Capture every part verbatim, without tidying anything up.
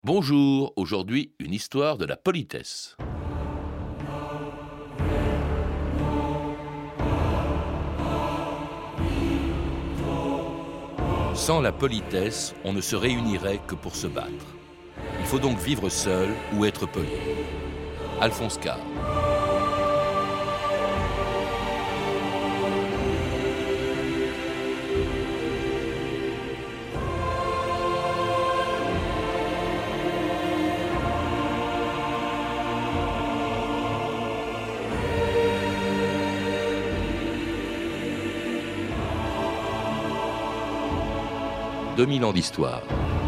Bonjour, aujourd'hui une histoire de la politesse. Sans la politesse, on ne se réunirait que pour se battre. Il faut donc vivre seul ou être poli. Alphonse Karr. deux mille ans d'histoire.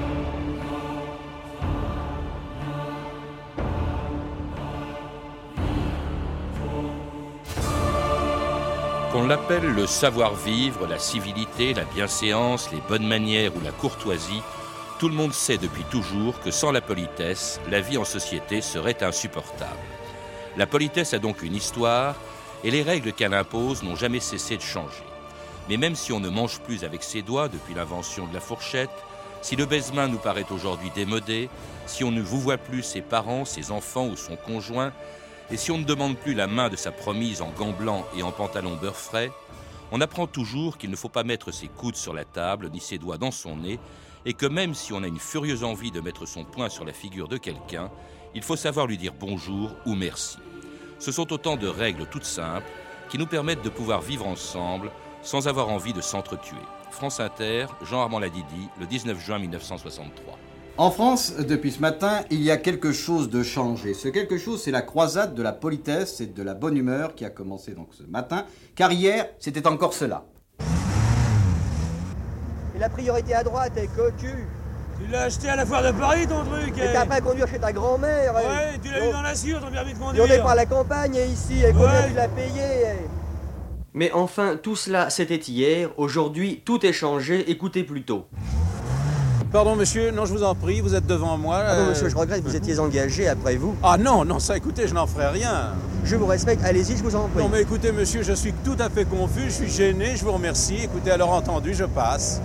Qu'on l'appelle le savoir-vivre, la civilité, la bienséance, les bonnes manières ou la courtoisie, tout le monde sait depuis toujours que sans la politesse, la vie en société serait insupportable. La politesse a donc une histoire et les règles qu'elle impose n'ont jamais cessé de changer. Mais même si on ne mange plus avec ses doigts depuis l'invention de la fourchette, si le baise-main nous paraît aujourd'hui démodé, si on ne vous voit plus ses parents, ses enfants ou son conjoint, et si on ne demande plus la main de sa promise en gants blancs et en pantalon beurre frais, on apprend toujours qu'il ne faut pas mettre ses coudes sur la table ni ses doigts dans son nez, et que même si on a une furieuse envie de mettre son poing sur la figure de quelqu'un, il faut savoir lui dire bonjour ou merci. Ce sont autant de règles toutes simples qui nous permettent de pouvoir vivre ensemble sans avoir envie de s'entretuer. France Inter, Jean-Armand Ladidi, le dix-neuf juin mille neuf cent soixante-trois. En France, depuis ce matin, il y a quelque chose de changé. Ce quelque chose, c'est la croisade de la politesse et de la bonne humeur qui a commencé donc ce matin, car hier, c'était encore cela. Et la priorité à droite est cocu. Tu l'as acheté à la foire de Paris, ton truc. Et t'as pas à conduire chez ta grand-mère. Ouais, tu l'as eu dans la sûre, ton permis de conduire. Et on est par la campagne ici, et combien Ouais. tu l'as payé eh Mais enfin, tout cela, c'était hier. Aujourd'hui, tout est changé. Écoutez plutôt. Pardon, monsieur, non, je vous en prie, vous êtes devant moi. Ah non, euh, monsieur, je regrette, vous étiez engagé après vous. Ah non, non, ça, écoutez, je n'en ferai rien. Je vous respecte, allez-y, je vous en prie. Non, mais écoutez, monsieur, je suis tout à fait confus, je suis gêné, je vous remercie. Écoutez, alors entendu, je passe.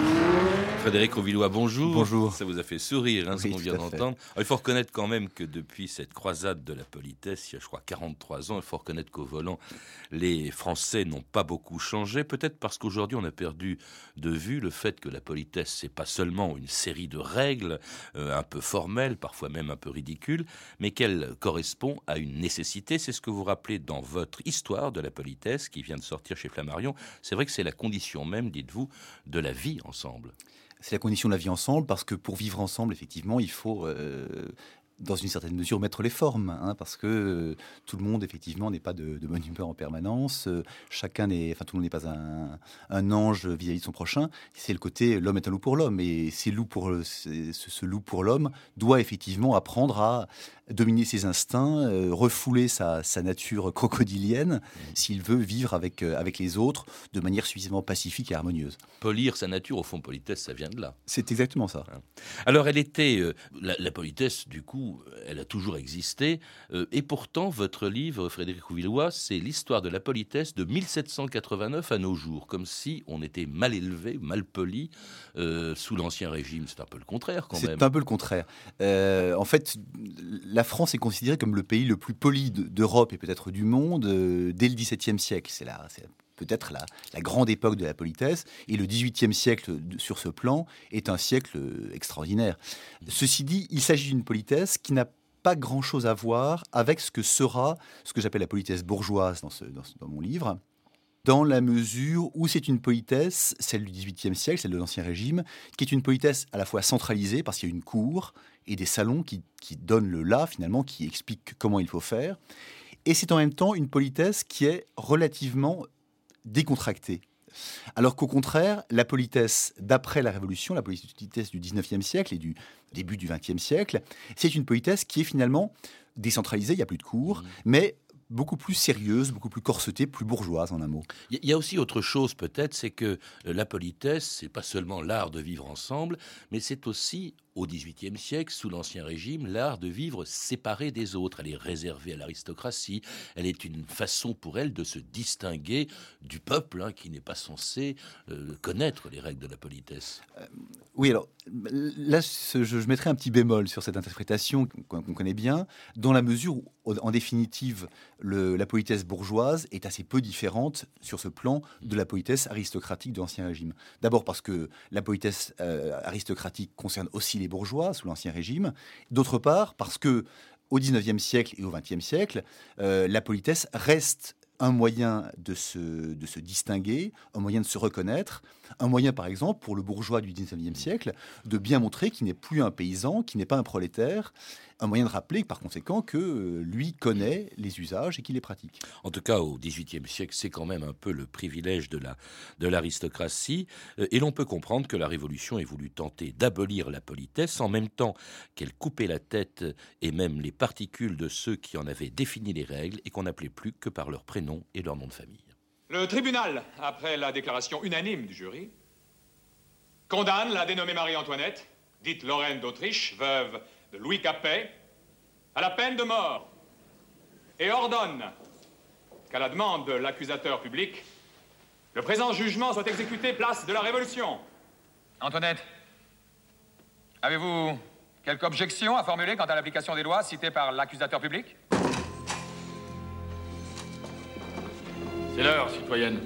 Frédéric Rouvillois, bonjour. Bonjour. Ça vous a fait sourire, hein, ce Oui, qu'on tout vient à fait. d'entendre. Alors, il faut reconnaître quand même que depuis cette croisade de la politesse, il y a, je crois, quarante-trois ans, il faut reconnaître qu'au volant, les Français n'ont pas beaucoup changé. Peut-être parce qu'aujourd'hui, on a perdu de vue le fait que la politesse, c'est pas seulement une série de règles euh, un peu formelles, parfois même un peu ridicules, mais qu'elle correspond à une nécessité. C'est ce que vous rappelez dans votre histoire de la politesse qui vient de sortir chez Flammarion. C'est vrai que c'est la condition même, dites-vous, de la vie ensemble. C'est la condition de la vie ensemble, parce que pour vivre ensemble, effectivement, il faut, euh, dans une certaine mesure, mettre les formes, hein, parce que euh, tout le monde, effectivement, n'est pas de, de bonne humeur en permanence. Euh, chacun n'est, enfin, tout le monde n'est pas un, un ange vis-à-vis de son prochain. C'est le côté l'homme est un loup pour l'homme, et ces loups pour, c'est- ce, ce loup pour l'homme doit effectivement apprendre à dominer ses instincts, euh, refouler sa, sa nature crocodilienne, s'il veut vivre avec, euh, avec les autres de manière suffisamment pacifique et harmonieuse. Polir sa nature, au fond, politesse, ça vient de là. C'est exactement ça. Alors, elle était... euh, la, la politesse, du coup, elle a toujours existé. euh, et pourtant, votre livre, Frédéric Rouvillois, c'est l'histoire de la politesse de mille sept cent quatre-vingt-neuf à nos jours. Comme si on était mal élevé, mal poli euh, sous l'Ancien Régime. C'est un peu le contraire, quand même. C'est un peu le contraire. Euh, en fait, la France est considérée comme le pays le plus poli de- d'Europe et peut-être du monde euh, dès le XVIIe siècle. C'est la, c'est peut-être la, la grande époque de la politesse. Et le dix-huitième siècle, de- sur ce plan, est un siècle euh, extraordinaire. Ceci dit, il s'agit d'une politesse qui n'a pas grand-chose à voir avec ce que sera ce que j'appelle la politesse bourgeoise dans, ce- dans ce- dans mon livre, dans la mesure où c'est une politesse, celle du dix-huitième siècle, celle de l'Ancien Régime, qui est une politesse à la fois centralisée, parce qu'il y a une cour et des salons qui, qui donnent le là, finalement, qui expliquent comment il faut faire. Et c'est en même temps une politesse qui est relativement décontractée. Alors qu'au contraire, la politesse d'après la Révolution, la politesse du dix-neuvième siècle et du début du vingtième siècle, c'est une politesse qui est finalement décentralisée, il n'y a plus de cours, Mmh. mais beaucoup plus sérieuse, beaucoup plus corsetée, plus bourgeoise en un mot. Il y a aussi autre chose peut-être, c'est que euh, la politesse, c'est pas seulement l'art de vivre ensemble, mais c'est aussi au dix-huitième siècle, sous l'Ancien Régime, l'art de vivre séparé des autres. Elle est réservée à l'aristocratie. Elle est une façon pour elle de se distinguer du peuple, hein, qui n'est pas censé euh, connaître les règles de la politesse. Euh, oui, alors là, je, je mettrai un petit bémol sur cette interprétation qu'on, qu'on connaît bien, dans la mesure où, en définitive, le, la politesse bourgeoise est assez peu différente sur ce plan de la politesse aristocratique de l'Ancien Régime. D'abord parce que la politesse euh, aristocratique concerne aussi les bourgeois sous l'Ancien Régime. D'autre part parce que au dix-neuvième siècle et au vingtième siècle, euh, la politesse reste un moyen de se, de se distinguer, un moyen de se reconnaître, un moyen, par exemple, pour le bourgeois du dix-neuvième siècle, de bien montrer qu'il n'est plus un paysan, qu'il n'est pas un prolétaire, un moyen de rappeler, par conséquent, que euh, lui connaît les usages et qu'il les pratique. En tout cas, au dix-huitième siècle, c'est quand même un peu le privilège de, la, de l'aristocratie, euh, et l'on peut comprendre que la Révolution ait voulu tenter d'abolir la politesse, en même temps qu'elle coupait la tête et même les particules de ceux qui en avaient défini les règles et qu'on n'appelait plus que par leur prénom et leur nom de famille. Le tribunal, après la déclaration unanime du jury, condamne la dénommée Marie-Antoinette, dite Lorraine d'Autriche, veuve de Louis Capet, à la peine de mort et ordonne qu'à la demande de l'accusateur public, le présent jugement soit exécuté place de la Révolution. Antoinette, avez-vous quelque objection à formuler quant à l'application des lois citées par l'accusateur public ? C'est l'heure, citoyenne.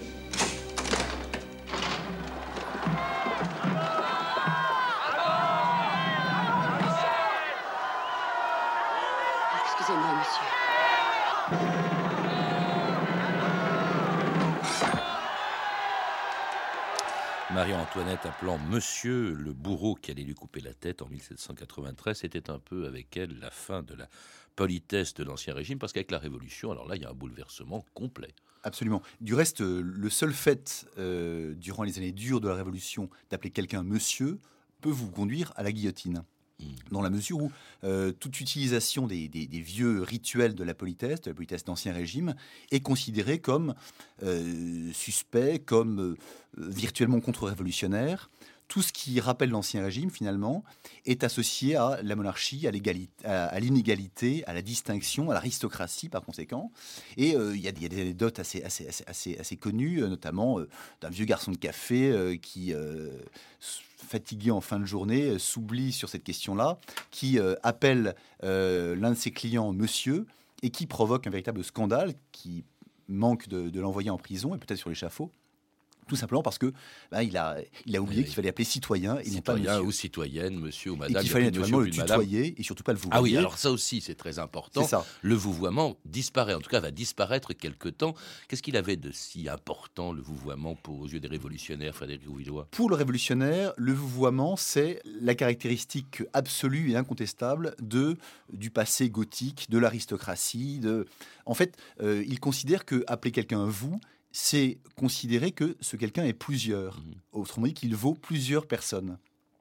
Excusez-moi, monsieur. Marie-Antoinette appelant Monsieur le bourreau qui allait lui couper la tête en mille sept cent quatre-vingt-treize, c'était un peu avec elle la fin de la politesse de l'Ancien Régime, parce qu'avec la Révolution, alors là, il y a un bouleversement complet. Absolument. Du reste, le seul fait, euh, durant les années dures de la Révolution, d'appeler quelqu'un monsieur, peut vous conduire à la guillotine. Mmh. Dans la mesure où euh, toute utilisation des, des, des vieux rituels de la politesse, de la politesse d'Ancien Régime, est considérée comme euh, suspect, comme euh, virtuellement contre-révolutionnaire. Tout ce qui rappelle l'Ancien Régime, finalement, est associé à la monarchie, à, l'égalité, à, à l'inégalité, à la distinction, à l'aristocratie, par conséquent. Et euh, il y, y a des anecdotes assez, assez, assez, assez, assez connues, notamment euh, d'un vieux garçon de café euh, qui, euh, fatigué en fin de journée, euh, s'oublie sur cette question-là, qui euh, appelle euh, l'un de ses clients « monsieur » et qui provoque un véritable scandale, qui manque de, de l'envoyer en prison et peut-être sur l'échafaud. Tout simplement parce que bah, il a il a oublié oui, qu'il fallait appeler citoyen et non pas monsieur. Ou citoyenne, monsieur ou madame. Et qu'il fallait naturellement le tutoyer et surtout pas le vouvoyer. Ah oui, alors ça aussi c'est très important. C'est ça. Le vouvoiement disparaît, en tout cas va disparaître quelque temps. Qu'est-ce qu'il avait de si important le vouvoiement pour, aux yeux des révolutionnaires, Frédéric Rouvillois ? Pour le révolutionnaire, le vouvoiement c'est la caractéristique absolue et incontestable de du passé gothique, de l'aristocratie. De... En fait, euh, il considère que appeler quelqu'un vous, c'est considérer que ce quelqu'un est plusieurs. Mmh. Autrement dit, qu'il vaut plusieurs personnes,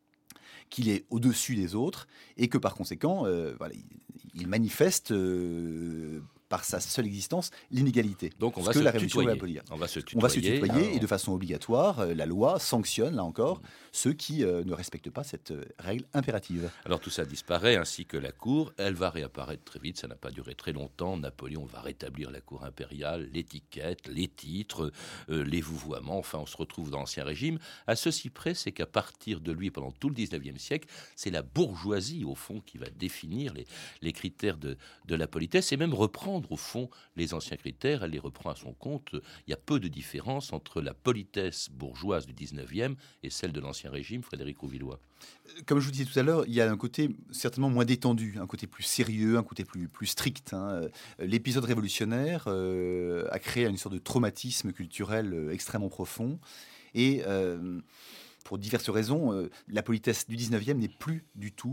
qu'il est au-dessus des autres, et que par conséquent, euh, voilà, il, il manifeste euh, par sa seule existence l'inégalité. Donc on ce va que se la révolution tutoyer. va abolir. On va se tutoyer. On va se tutoyer, alors... et de façon obligatoire, euh, la loi sanctionne, là encore, mmh. ceux qui euh, ne respectent pas cette euh, règle impérative. Alors tout ça disparaît, ainsi que la cour. Elle va réapparaître très vite, ça n'a pas duré très longtemps. Napoléon va rétablir la cour impériale, l'étiquette, les titres, euh, les vouvoiements. Enfin, on se retrouve dans l'Ancien Régime. À ceci près, c'est qu'à partir de lui, pendant tout le dix-neuvième siècle, c'est la bourgeoisie, au fond, qui va définir les, les critères de, de la politesse et même reprendre, au fond, les anciens critères. Elle les reprend à son compte. Il y a peu de différence entre la politesse bourgeoise du dix-neuvième et celle de l'Ancien Régime, Frédéric Rouvillois. Comme je vous disais tout à l'heure, il y a un côté certainement moins détendu, un côté plus sérieux, un côté plus, plus strict. Hein. L'épisode révolutionnaire euh, a créé une sorte de traumatisme culturel euh, extrêmement profond. Et euh, pour diverses raisons, euh, la politesse du dix-neuvième n'est plus du tout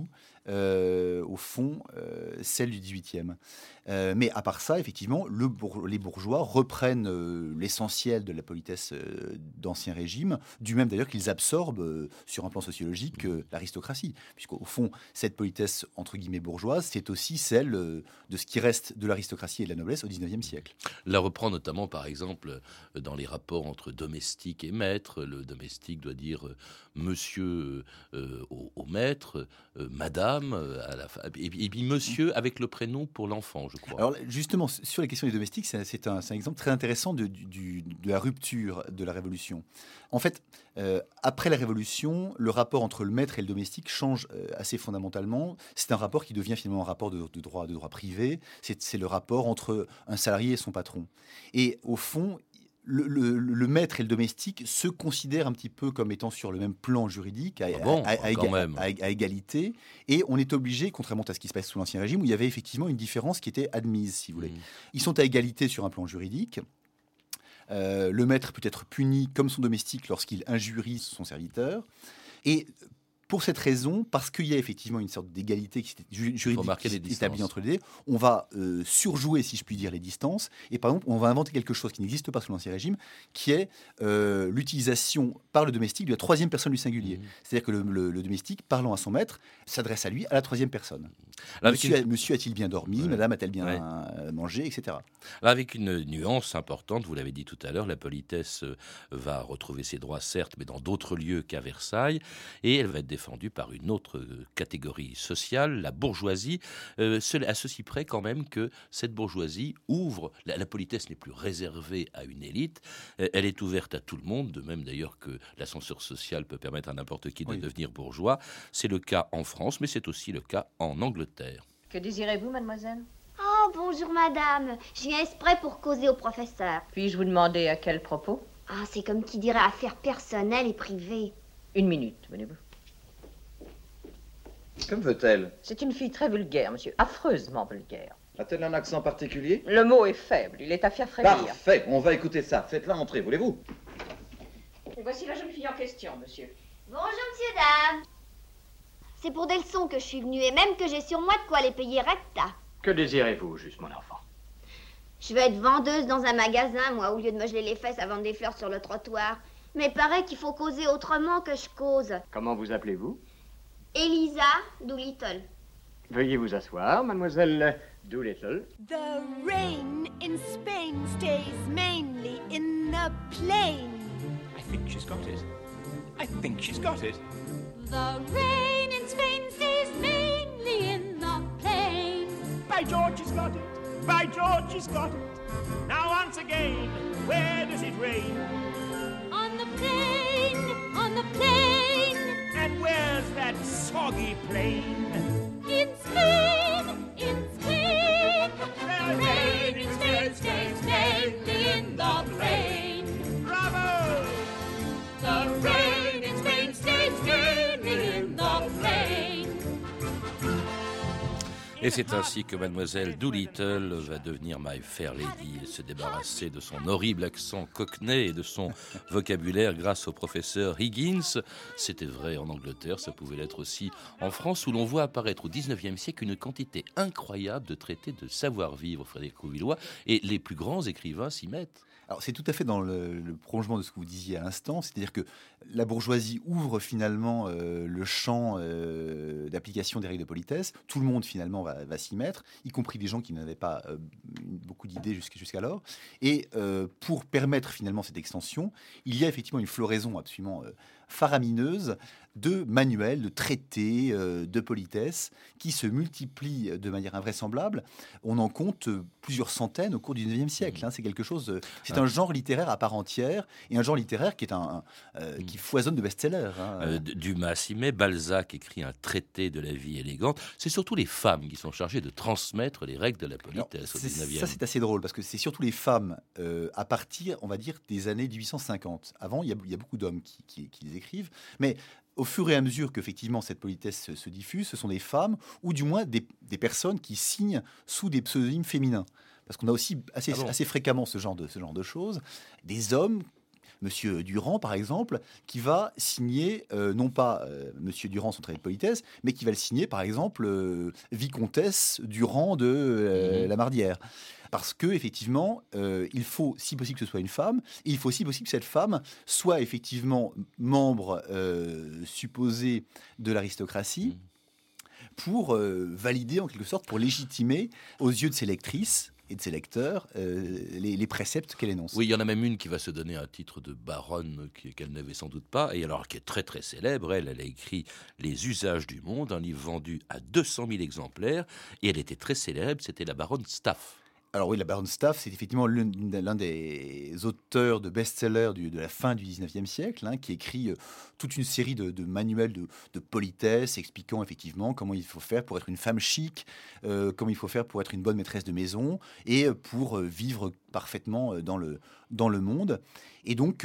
euh, au fond, euh, celle du dix-huitième. Euh, mais à part ça, effectivement, le bourg- les bourgeois reprennent euh, l'essentiel de la politesse euh, d'Ancien Régime, du même d'ailleurs qu'ils absorbent euh, sur un plan sociologique euh, l'aristocratie. Puisqu'au fond, cette politesse entre guillemets bourgeoise, c'est aussi celle euh, de ce qui reste de l'aristocratie et de la noblesse au dix-neuvième siècle. La reprend notamment, par exemple, dans les rapports entre domestique et maître. Le domestique doit dire euh, monsieur euh, au, au maître, euh, madame, euh, à la fa- et, puis- et puis monsieur avec le prénom pour l'enfant, je crois. Alors justement, sur les questions des domestiques, c'est, c'est, un, c'est un exemple très intéressant de, du- de la rupture de la Révolution. En fait, euh, après la Révolution, le rapport entre le maître et le domestique change euh, assez fondamentalement. C'est un rapport qui devient finalement un rapport de, de droit, de droit privé. C'est, c'est le rapport entre un salarié et son patron. Et au fond, Le, le- le maître et le domestique se considèrent un petit peu comme étant sur le même plan juridique, à, Ah bon, à- à- à quand éga- même. à- à égalité, et on est obligé, contrairement à ce qui se passe sous l'Ancien Régime, où il y avait effectivement une différence qui était admise, si vous voulez. Mmh. Ils sont à égalité sur un plan juridique. Euh, le maître peut être puni comme son domestique lorsqu'il injurie son serviteur. Et pour cette raison, parce qu'il y a effectivement une sorte d'égalité qui s'est ju- juridique marquer qui les s'est établie distances. entre les deux, on va euh, surjouer, si je puis dire, les distances. Et par exemple, on va inventer quelque chose qui n'existe pas sous l'Ancien Régime, qui est euh, l'utilisation par le domestique de la troisième personne du singulier. Mmh. C'est-à-dire que le, le- le domestique, parlant à son maître, s'adresse à lui à la troisième personne. Là, avec Monsieur, une- a- monsieur a-t-il bien dormi? Ouais. Madame a-t-elle bien Ouais. euh, mangé? Etc. Là, avec une nuance importante, vous l'avez dit tout à l'heure, la politesse euh, va retrouver ses droits, certes, mais dans d'autres lieux qu'à Versailles, et elle va être défendue par une autre euh, catégorie sociale, la bourgeoisie, euh, ce- à ceci près quand même que cette bourgeoisie ouvre, la, la politesse n'est plus réservée à une élite, euh, elle est ouverte à tout le monde, de même d'ailleurs que l'ascenseur social peut permettre à n'importe qui de Oui. devenir bourgeois. C'est le cas en France, mais c'est aussi le cas en Angleterre. Que désirez-vous, mademoiselle? Oh, bonjour madame. Je viens exprès pour causer au professeur. Puis-je vous demander à quel propos? Ah, c'est comme qui dirait affaires personnelles et privées. Une minute, venez-vous. Que me veut-elle? C'est une fille très vulgaire, monsieur, affreusement vulgaire. A-t-elle un accent particulier? Le mot est faible, il est à faire frémir. Parfait, on va écouter ça. Faites-la entrer, voulez-vous? Voici la jeune fille en question, monsieur. Bonjour monsieur, dame. C'est pour des leçons que je suis venue et même que j'ai sur moi de quoi les payer recta. Que désirez-vous, juste mon enfant? Je vais être vendeuse dans un magasin, moi, au lieu de me geler les fesses à vendre des fleurs sur le trottoir. Mais paraît qu'il faut causer autrement que je cause. Comment vous appelez-vous? Elisa Doolittle. Veuillez vous asseoir, mademoiselle Doolittle. The rain in Spain stays mainly in the plain. I think she's got it. I think she's got it. The rain in Spain stays mainly in the plain. By George, she's got it. By George, she's got it. Now once again, where does it rain? On the plain, on the plain. And where's that soggy plain? In Spain, in Spain. The rain in Spain stays mainly in the plain. Bravo! The rain in Spain stays mainly in the plain. Et c'est ainsi que mademoiselle Doolittle va devenir My Fair Lady et se débarrasser de son horrible accent cockney et de son vocabulaire grâce au professeur Higgins. C'était vrai en Angleterre, ça pouvait l'être aussi en France, où l'on voit apparaître au dix-neuvième siècle une quantité incroyable de traités de savoir-vivre, Frédéric Rouvillois, et les plus grands écrivains s'y mettent. Alors c'est tout à fait dans le, le prolongement de ce que vous disiez à l'instant, c'est-à-dire que la bourgeoisie ouvre finalement euh, le champ euh, d'application des règles de politesse. Tout le monde finalement va, va s'y mettre, y compris des gens qui n'avaient pas euh, beaucoup d'idées jusqu'- jusqu'alors. Et euh, pour permettre finalement cette extension, il y a effectivement une floraison absolument euh, faramineuse de manuels, de traités, euh, de politesse qui se multiplient de manière invraisemblable. On en compte euh, plusieurs centaines au cours du dix-neuvième siècle. Hein. C'est quelque chose. euh, c'est Ah. un genre littéraire à part entière et un genre littéraire qui est un, un, euh, qui foisonne de best-sellers. Hein. Euh, D- Dumas s'y met, Balzac écrit un traité de la vie élégante. C'est surtout les femmes qui sont chargées de transmettre les règles de la Alors, politesse au c'est- dix-neuvième. ça, c'est assez drôle parce que c'est surtout les femmes euh, à partir, on va dire, des années dix-huit cent cinquante. Avant, il y a, il y a beaucoup d'hommes qui, qui- qui les écrivent, mais au fur et à mesure qu'effectivement cette politesse se, se diffuse, ce sont des femmes ou du moins des, des personnes qui signent sous des pseudonymes féminins. Parce qu'on a aussi assez, Ah bon assez fréquemment ce genre, de, ce genre de choses. Des hommes Monsieur Durand, par exemple, qui va signer, euh, non pas euh, Monsieur Durand, son traité de politesse, mais qui va le signer, par exemple, euh, Vicomtesse Durand de euh, Mhm. la Mardière. Parce que effectivement, euh, il faut, si possible, que ce soit une femme, et il faut si possible que cette femme soit effectivement membre euh, supposé de l'aristocratie pour euh, valider, en quelque sorte, pour légitimer aux yeux de ses lectrices et de ses lecteurs euh, les, les préceptes qu'elle énonce. Oui, il y en a même une qui va se donner un titre de baronne qui- qu'elle n'avait sans doute pas, et alors qui est très très célèbre. Elle, elle a écrit Les usages du monde, un livre vendu à deux cent mille exemplaires, et elle était très célèbre, c'était la baronne Staff. Alors oui, la baronne Staff, c'est effectivement l'un l'un des auteurs de best-sellers du- de la fin du dix-neuvième siècle, hein, qui écrit euh, toute une série de, de manuels de, de politesse, expliquant effectivement comment il faut faire pour être une femme chic, euh, comment il faut faire pour être une bonne maîtresse de maison, et euh, pour euh, vivre parfaitement euh, dans le, dans le monde. Et donc,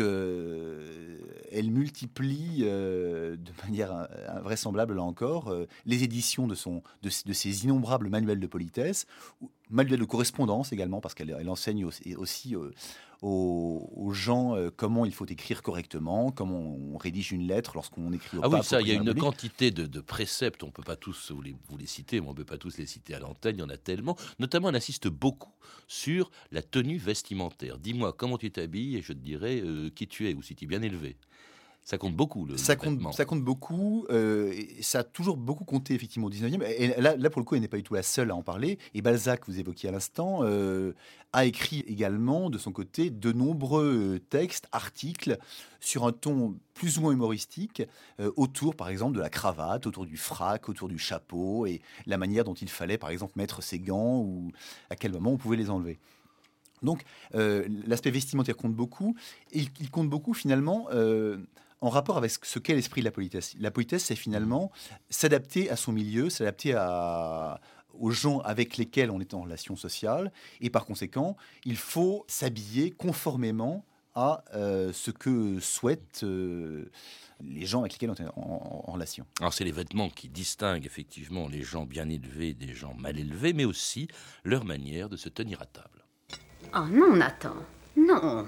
euh, elle multiplie euh, de manière in- invraisemblable, là encore, euh, les éditions de, son, de, de ses innombrables manuels de politesse, ou- manuels de correspondance également, parce qu'elle elle enseigne aussi, aussi, euh, aux, aux gens euh, comment il faut écrire correctement, comment on rédige une lettre lorsqu'on écrit au Ah oui, pape, ça, au il y a président de une la République. quantité de, de préceptes, on ne peut pas tous vous les, vous les citer, mais on ne peut pas tous les citer à l'antenne, il y en a tellement. Notamment, on insiste beaucoup sur la tenue vestimentaire. Dis-moi comment tu t'habilles et je te dirai euh, qui tu es ou si tu es bien élevé. Ça compte beaucoup, le, Ça le compte, vêtement. ça compte beaucoup, euh, et ça a toujours beaucoup compté effectivement au dix-neuvième. Et là, là, pour le coup, elle n'est pas du tout la seule à en parler. Et Balzac, vous évoquiez à l'instant, euh, a écrit également de son côté de nombreux textes, articles sur un ton plus ou moins humoristique, euh, autour par exemple de la cravate, autour du frac, autour du chapeau, et la manière dont il fallait par exemple mettre ses gants ou à quel moment on pouvait les enlever. Donc, euh, l'aspect vestimentaire compte beaucoup, et il, il compte beaucoup finalement euh, en rapport avec ce qu'est l'esprit de la politesse. La politesse, c'est finalement s'adapter à son milieu, s'adapter à, aux gens avec lesquels on est en relation sociale, et par conséquent, il faut s'habiller conformément à euh, ce que souhaitent euh, les gens avec lesquels on est en, en- en relation. Alors, c'est les vêtements qui distinguent effectivement les gens bien élevés des gens mal élevés, mais aussi leur manière de se tenir à table. Oh non, Nathan, non.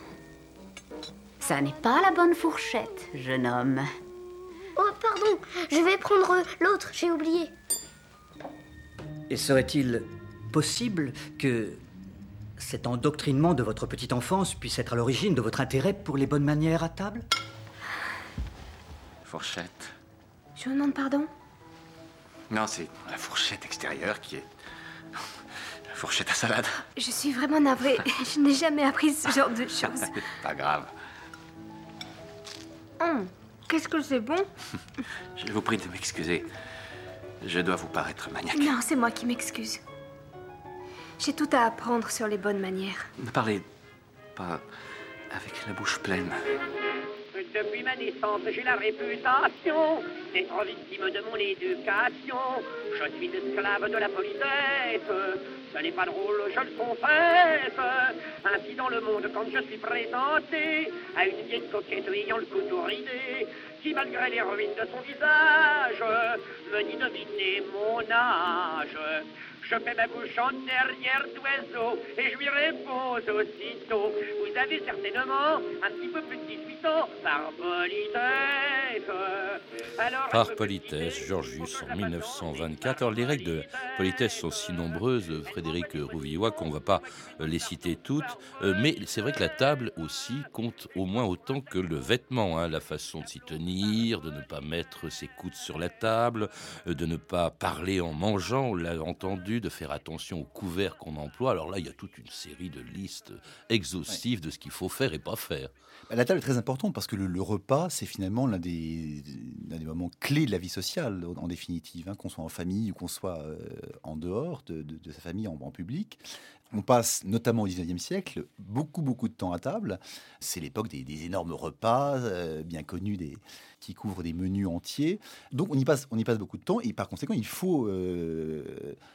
Ça n'est pas la bonne fourchette, jeune homme. Oh, pardon, je vais prendre l'autre, j'ai oublié. Et serait-il possible que cet endoctrinement de votre petite enfance puisse être à l'origine de votre intérêt pour les bonnes manières à table? Fourchette. Je vous demande pardon? Non, c'est la fourchette extérieure qui est... La fourchette à salade. Je suis vraiment navrée, je n'ai jamais appris ce genre de choses. Pas grave. Hum, qu'est-ce que c'est bon? Je vous prie de m'excuser. Je dois vous paraître maniaque. Non, c'est moi qui m'excuse. J'ai tout à apprendre sur les bonnes manières. Ne parlez pas avec la bouche pleine. Depuis ma naissance, j'ai la réputation d'être victime de mon éducation. Je suis l'esclave de la politesse. Ce n'est pas drôle, je le confesse. Ainsi dans le monde, quand je suis présenté à une vieille coquette ayant le couteau ridé, qui malgré les ruines de son visage me dit deviner mon âge. Je fais ma bouche en derrière d'oiseau et je lui réponds aussitôt: vous avez certainement un petit peu plus de dix-huit ans par politesse. Alors, Par politesse, Georgius en mille neuf cent vingt-quatre. Alors les règles de politesse sont si nombreuses, Frédéric Rouvillois, qu'on ne va pas euh, les citer toutes, euh, mais c'est vrai que la table aussi compte au moins autant que le vêtement, hein, la façon de s'y tenir, de ne pas mettre ses coudes sur la table, euh, de ne pas parler en mangeant, on l'a entendu, de faire attention aux couverts qu'on emploie. Alors là, il y a toute une série de listes exhaustives de ce qu'il faut faire et pas faire. La table est très importante parce que le, le repas, c'est finalement l'un des, l'un des moments clés de la vie sociale, en définitive, hein, qu'on soit en famille ou qu'on soit euh, en dehors de, de- de sa famille, en, en public. On passe, notamment au dix-neuvième siècle, beaucoup, beaucoup de temps à table. C'est l'époque des, des énormes repas, euh, bien connus, des, qui couvrent des menus entiers. Donc on y passe, on y passe beaucoup de temps et par conséquent, il faut euh,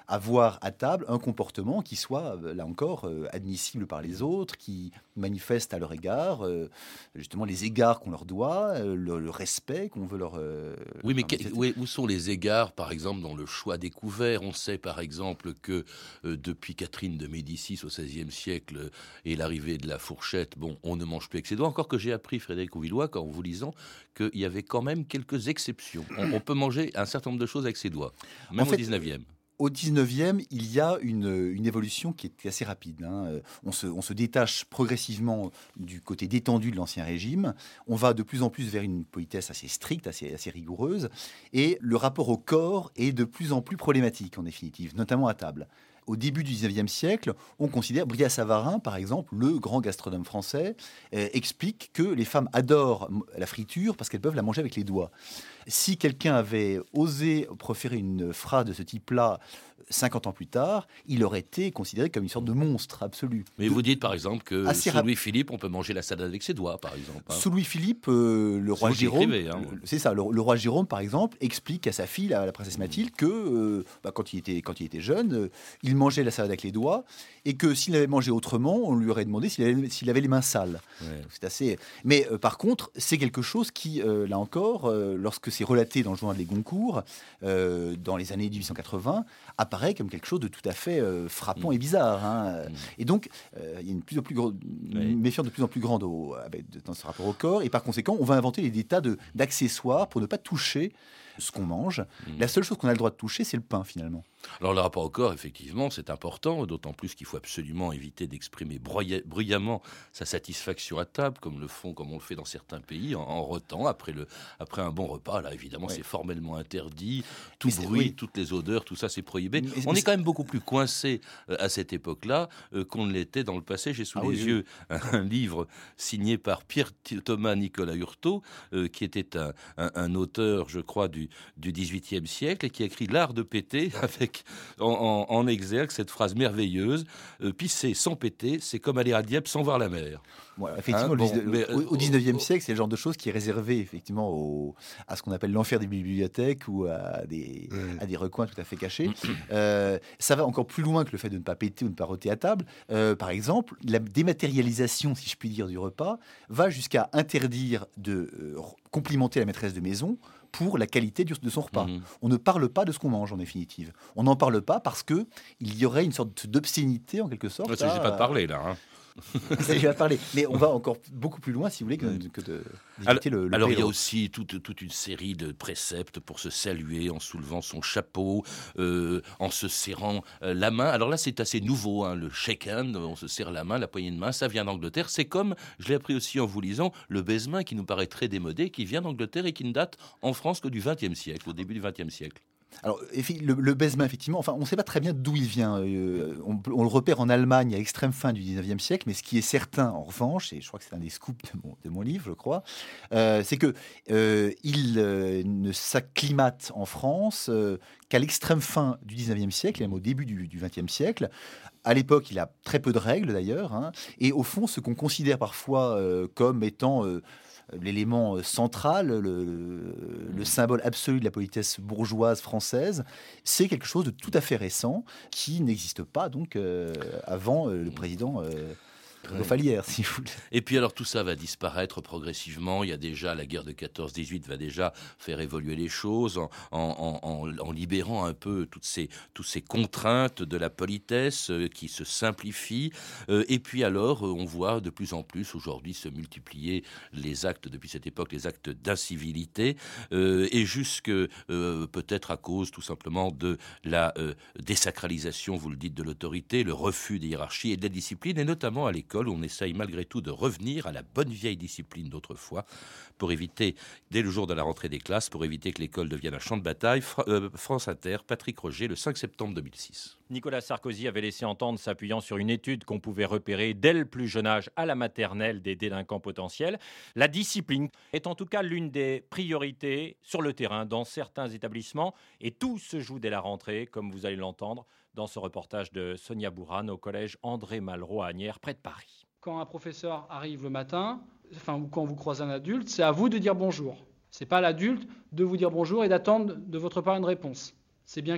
avoir à table un comportement qui soit, euh, là encore, euh, admissible par les autres, qui manifeste à leur égard, euh, justement, les égards qu'on leur doit, euh, le, le respect qu'on veut leur... Euh, oui, mais leur que, oui, où sont les égards, par exemple, dans le choix des couverts? On sait, par exemple, que euh, depuis Catherine de Médicis au seizième siècle euh, et l'arrivée de la fourchette, bon, on ne mange plus avec ses doigts. Encore que j'ai appris, Frédéric Ouvillois, en vous lisant, qu'il y avait quand même quelques exceptions. On, on peut manger un certain nombre de choses avec ses doigts, même en fait, au dix-neuvième. Au dix-neuvième, il y a une, une évolution qui est assez rapide. Hein. On, se, on se détache progressivement du côté détendu de l'Ancien Régime. On va de plus en plus vers une politesse assez stricte, assez, assez rigoureuse. Et le rapport au corps est de plus en plus problématique, en définitive, notamment à table. Au début du dix-neuvième siècle, on considère, Brillat-Savarin, par exemple, le grand gastronome français, euh, explique que les femmes adorent la friture parce qu'elles peuvent la manger avec les doigts. Si quelqu'un avait osé proférer une phrase de ce type-là cinquante ans plus tard, il aurait été considéré comme une sorte de monstre absolu. Mais de... vous dites par exemple que Assez sous rap... Louis-Philippe, on peut manger la salade avec ses doigts, par exemple. Hein. Sous Louis-Philippe, euh, le roi Jérôme, hein. le, c'est ça, le, le roi Jérôme, par exemple, explique à sa fille, la, la princesse Mathilde, que euh, bah, quand, il était, quand il était jeune, euh, il mangeait la salade avec les doigts, et que s'il avait mangé autrement, on lui aurait demandé s'il avait, s'il avait les mains sales. Ouais. Donc, c'est assez... Mais euh, par contre, c'est quelque chose qui, euh, là encore, euh, lorsque c'est relaté dans le journal des Goncourt, euh, dans les années dix-huit cent quatre-vingts, apparaît comme quelque chose de tout à fait euh, frappant mmh. et bizarre. Hein. Mmh. Et donc, euh, il y a une, plus en plus gro- une méfiance de plus en plus grande au, avec, dans ce rapport au corps, et par conséquent, on va inventer des tas de, d'accessoires pour ne pas toucher ce qu'on mange. Mmh. La seule chose qu'on a le droit de toucher, c'est le pain, finalement. Alors le rapport au corps, effectivement, c'est important, d'autant plus qu'il faut absolument éviter d'exprimer broya- bruyamment sa satisfaction à table, comme le font, comme on le fait dans certains pays, en, en rotant après, le, après un bon repas. Là, évidemment, ouais. c'est formellement interdit. Tout mais bruit, toutes les odeurs, tout ça, c'est prohibé. Mais, on mais est quand même beaucoup plus coincé euh, à cette époque-là euh, qu'on ne l'était dans le passé. J'ai sous ah, les oui, yeux oui. Un, un livre signé par Pierre-Thomas Nicolas Hurtaud, euh, qui était un, un, un auteur, je crois, du, du dix-huitième siècle, et qui a écrit L'art de péter avec En, en, en exergue cette phrase merveilleuse euh, pisser sans péter, c'est comme aller à Dieppe sans voir la mer. Ouais, effectivement, hein, bon, le, mais, au, au dix-neuvième siècle, c'est le genre de chose qui est réservé effectivement au, à ce qu'on appelle l'enfer des bibliothèques ou à des, mmh. à des recoins tout à fait cachés. euh, ça va encore plus loin que le fait de ne pas péter ou de ne pas roter à table. Euh, par exemple, la dématérialisation, si je puis dire, du repas va jusqu'à interdire de euh, complimenter la maîtresse de maison pour la qualité du, de son repas. Mmh. On ne parle pas de ce qu'on mange, en définitive. On n'en parle pas parce qu'il y aurait une sorte d'obscénité, en quelque sorte. Il ne s'agit pas de parler, là. Hein. Il s'agit pas de parler. Mais on va encore beaucoup plus loin, si vous voulez, que, que de... Alors, le, le alors il y a aussi toute, toute une série de préceptes pour se saluer en soulevant son chapeau, euh, en se serrant euh, la main. Alors là, c'est assez nouveau, hein, le shake hand, on se serre la main, la poignée de main, ça vient d'Angleterre. C'est comme, je l'ai appris aussi en vous lisant, le baise-main qui nous paraît très démodé, qui vient d'Angleterre et qui ne date en France que du vingtième siècle, au début du vingtième siècle. Alors, le, le baise-main, effectivement, enfin, on ne sait pas très bien d'où il vient. Euh, on, on le repère en Allemagne à l'extrême fin du dix-neuvième siècle, mais ce qui est certain, en revanche, et je crois que c'est un des scoops de mon, de mon livre, je crois, euh, c'est qu'il euh, euh, ne s'acclimate en France euh, qu'à l'extrême fin du dix-neuvième siècle, et même au début du, du vingtième siècle. À l'époque, il a très peu de règles, d'ailleurs, hein, et au fond, ce qu'on considère parfois euh, comme étant... Euh, l'élément central, le, le symbole absolu de la politesse bourgeoise française, c'est quelque chose de tout à fait récent qui n'existe pas donc euh, avant euh, le président euh, Falière, si vous voulez. Et puis alors tout ça va disparaître progressivement. Il y a déjà la guerre de quatorze dix-huit va déjà faire évoluer les choses en, en, en, en libérant un peu toutes ces, toutes ces contraintes de la politesse euh, qui se simplifient. Euh, et puis alors euh, on voit de plus en plus aujourd'hui se multiplier les actes, depuis cette époque, les actes d'incivilité euh, et jusque euh, peut-être à cause tout simplement de la euh, désacralisation, vous le dites, de l'autorité, le refus des hiérarchies et de la discipline, et notamment à l'école où on essaye malgré tout de revenir à la bonne vieille discipline d'autrefois pour éviter, dès le jour de la rentrée des classes, pour éviter que l'école devienne un champ de bataille. Fra- euh, France Inter, Patrick Roger, le cinq septembre deux mille six. Nicolas Sarkozy avait laissé entendre, s'appuyant sur une étude qu'on pouvait repérer dès le plus jeune âge à la maternelle des délinquants potentiels. La discipline est en tout cas l'une des priorités sur le terrain dans certains établissements, et tout se joue dès la rentrée, comme vous allez l'entendre dans ce reportage de Sonia Bourane au collège André Malraux à Asnières, près de Paris. Quand un professeur arrive le matin, enfin, ou quand vous croisez un adulte, c'est à vous de dire bonjour. C'est pas à l'adulte de vous dire bonjour et d'attendre de votre part une réponse. C'est bien clair ?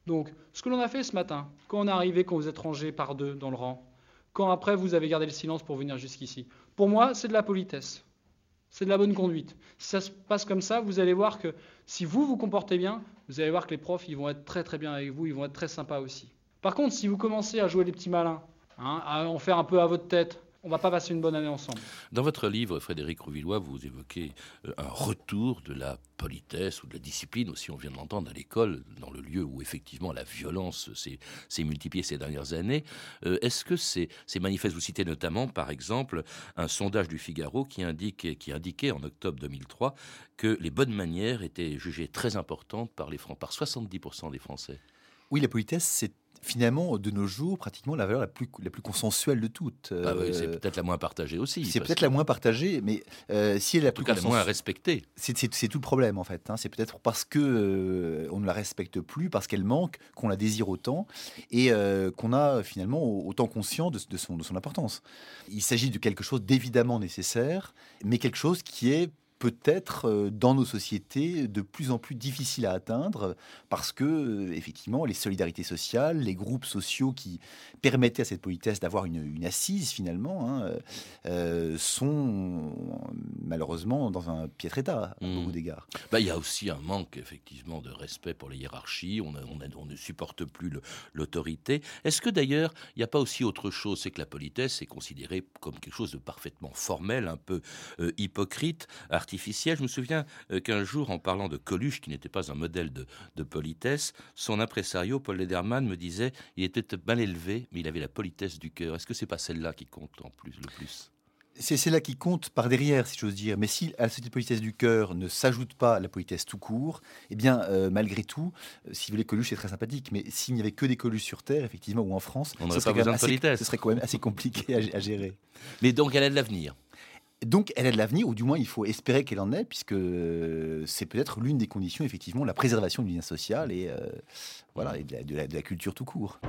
Donc, ce que l'on a fait ce matin, quand on est arrivé, quand vous êtes rangés par deux dans le rang, quand après vous avez gardé le silence pour venir jusqu'ici, pour moi, c'est de la politesse. C'est de la bonne conduite. Si ça se passe comme ça, vous allez voir que si vous vous comportez bien, vous allez voir que les profs ils vont être très très bien avec vous, ils vont être très sympas aussi. Par contre, si vous commencez à jouer les petits malins, hein, à en faire un peu à votre tête, on ne va pas passer une bonne année ensemble. Dans votre livre, Frédéric Rouvillois, vous évoquez euh, un retour de la politesse ou de la discipline aussi, on vient de l'entendre, à l'école, dans le lieu où effectivement la violence s'est, s'est multipliée ces dernières années. Euh, est-ce que c'est, c'est manifeste? Vous citez notamment, par exemple, un sondage du Figaro qui, indique, qui indiquait en octobre deux mille trois que les bonnes manières étaient jugées très importantes par, les Francs, par soixante-dix pour cent des Français. Oui, la politesse, c'est finalement, de nos jours, pratiquement la valeur la plus, la plus consensuelle de toutes. Ah oui, c'est peut-être la moins partagée aussi. C'est peut-être que... la moins partagée, mais euh, si elle est la en plus tout cas, consensuelle, la moins respectée. C'est, c'est, c'est tout le problème, en fait. Hein. C'est peut-être parce qu'on euh, ne la respecte plus, parce qu'elle manque, qu'on la désire autant, et euh, qu'on a finalement autant conscience de, de, son, de son importance. Il s'agit de quelque chose d'évidemment nécessaire, mais quelque chose qui est peut-être dans nos sociétés de plus en plus difficile à atteindre parce que, effectivement, les solidarités sociales, les groupes sociaux qui permettaient à cette politesse d'avoir une, une assise, finalement, hein, euh, sont malheureusement dans un piètre état, à mmh. beaucoup d'égards. Bah, il y a aussi un manque, effectivement, de respect pour les hiérarchies. On, a, on, a, on ne supporte plus le, l'autorité. Est-ce que, d'ailleurs, il n'y a pas aussi autre chose? C'est que la politesse est considérée comme quelque chose de parfaitement formel, un peu euh, hypocrite, artificiel. Je me souviens euh, qu'un jour, en parlant de Coluche, qui n'était pas un modèle de, de politesse, son impresario, Paul Lederman, me disait il était mal élevé, mais il avait la politesse du cœur. Est-ce que c'est pas celle-là qui compte en plus, le plus? C'est celle-là qui compte par derrière, si j'ose dire. Mais si à cette politesse du cœur ne s'ajoute pas la politesse tout court, eh bien, euh, malgré tout, euh, si vous voulez, Coluche est très sympathique. Mais s'il n'y avait que des Coluches sur Terre, effectivement, ou en France, on n'aurait pas besoin de politesse. Ce serait quand même assez compliqué à, à gérer. Mais donc, elle a de l'avenir. Donc, elle a de l'avenir, ou du moins, il faut espérer qu'elle en ait, puisque c'est peut-être l'une des conditions, effectivement, la préservation du lien social et, euh, voilà, et de, la, de, la, de la culture tout court.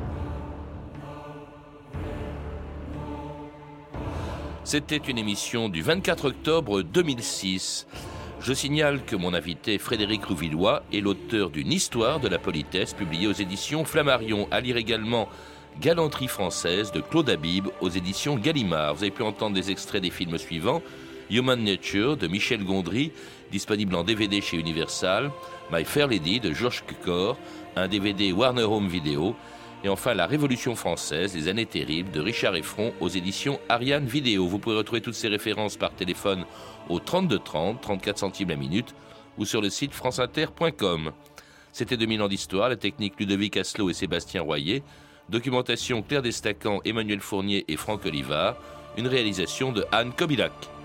C'était une émission du vingt-quatre octobre deux mille six. Je signale que mon invité Frédéric Rouvillois est l'auteur d'une histoire de la politesse publiée aux éditions Flammarion. À lire également Galanterie française de Claude Habib aux éditions Gallimard. Vous avez pu entendre des extraits des films suivants: Human Nature de Michel Gondry, disponible en D V D chez Universal; My Fair Lady de Georges Cukor, un D V D Warner Home Video; et enfin La Révolution française, les années terribles de Richard Effron aux éditions Ariane Vidéo. Vous pouvez retrouver toutes ces références par téléphone au trente-deux trente, trente-quatre centimes la minute, ou sur le site franceinter point com. C'était deux mille ans d'histoire, la technique Ludovic Asselot et Sébastien Royer. Documentation Claire Destacan, Emmanuel Fournier et Franck Olivard. Une réalisation de Anne Kobilac.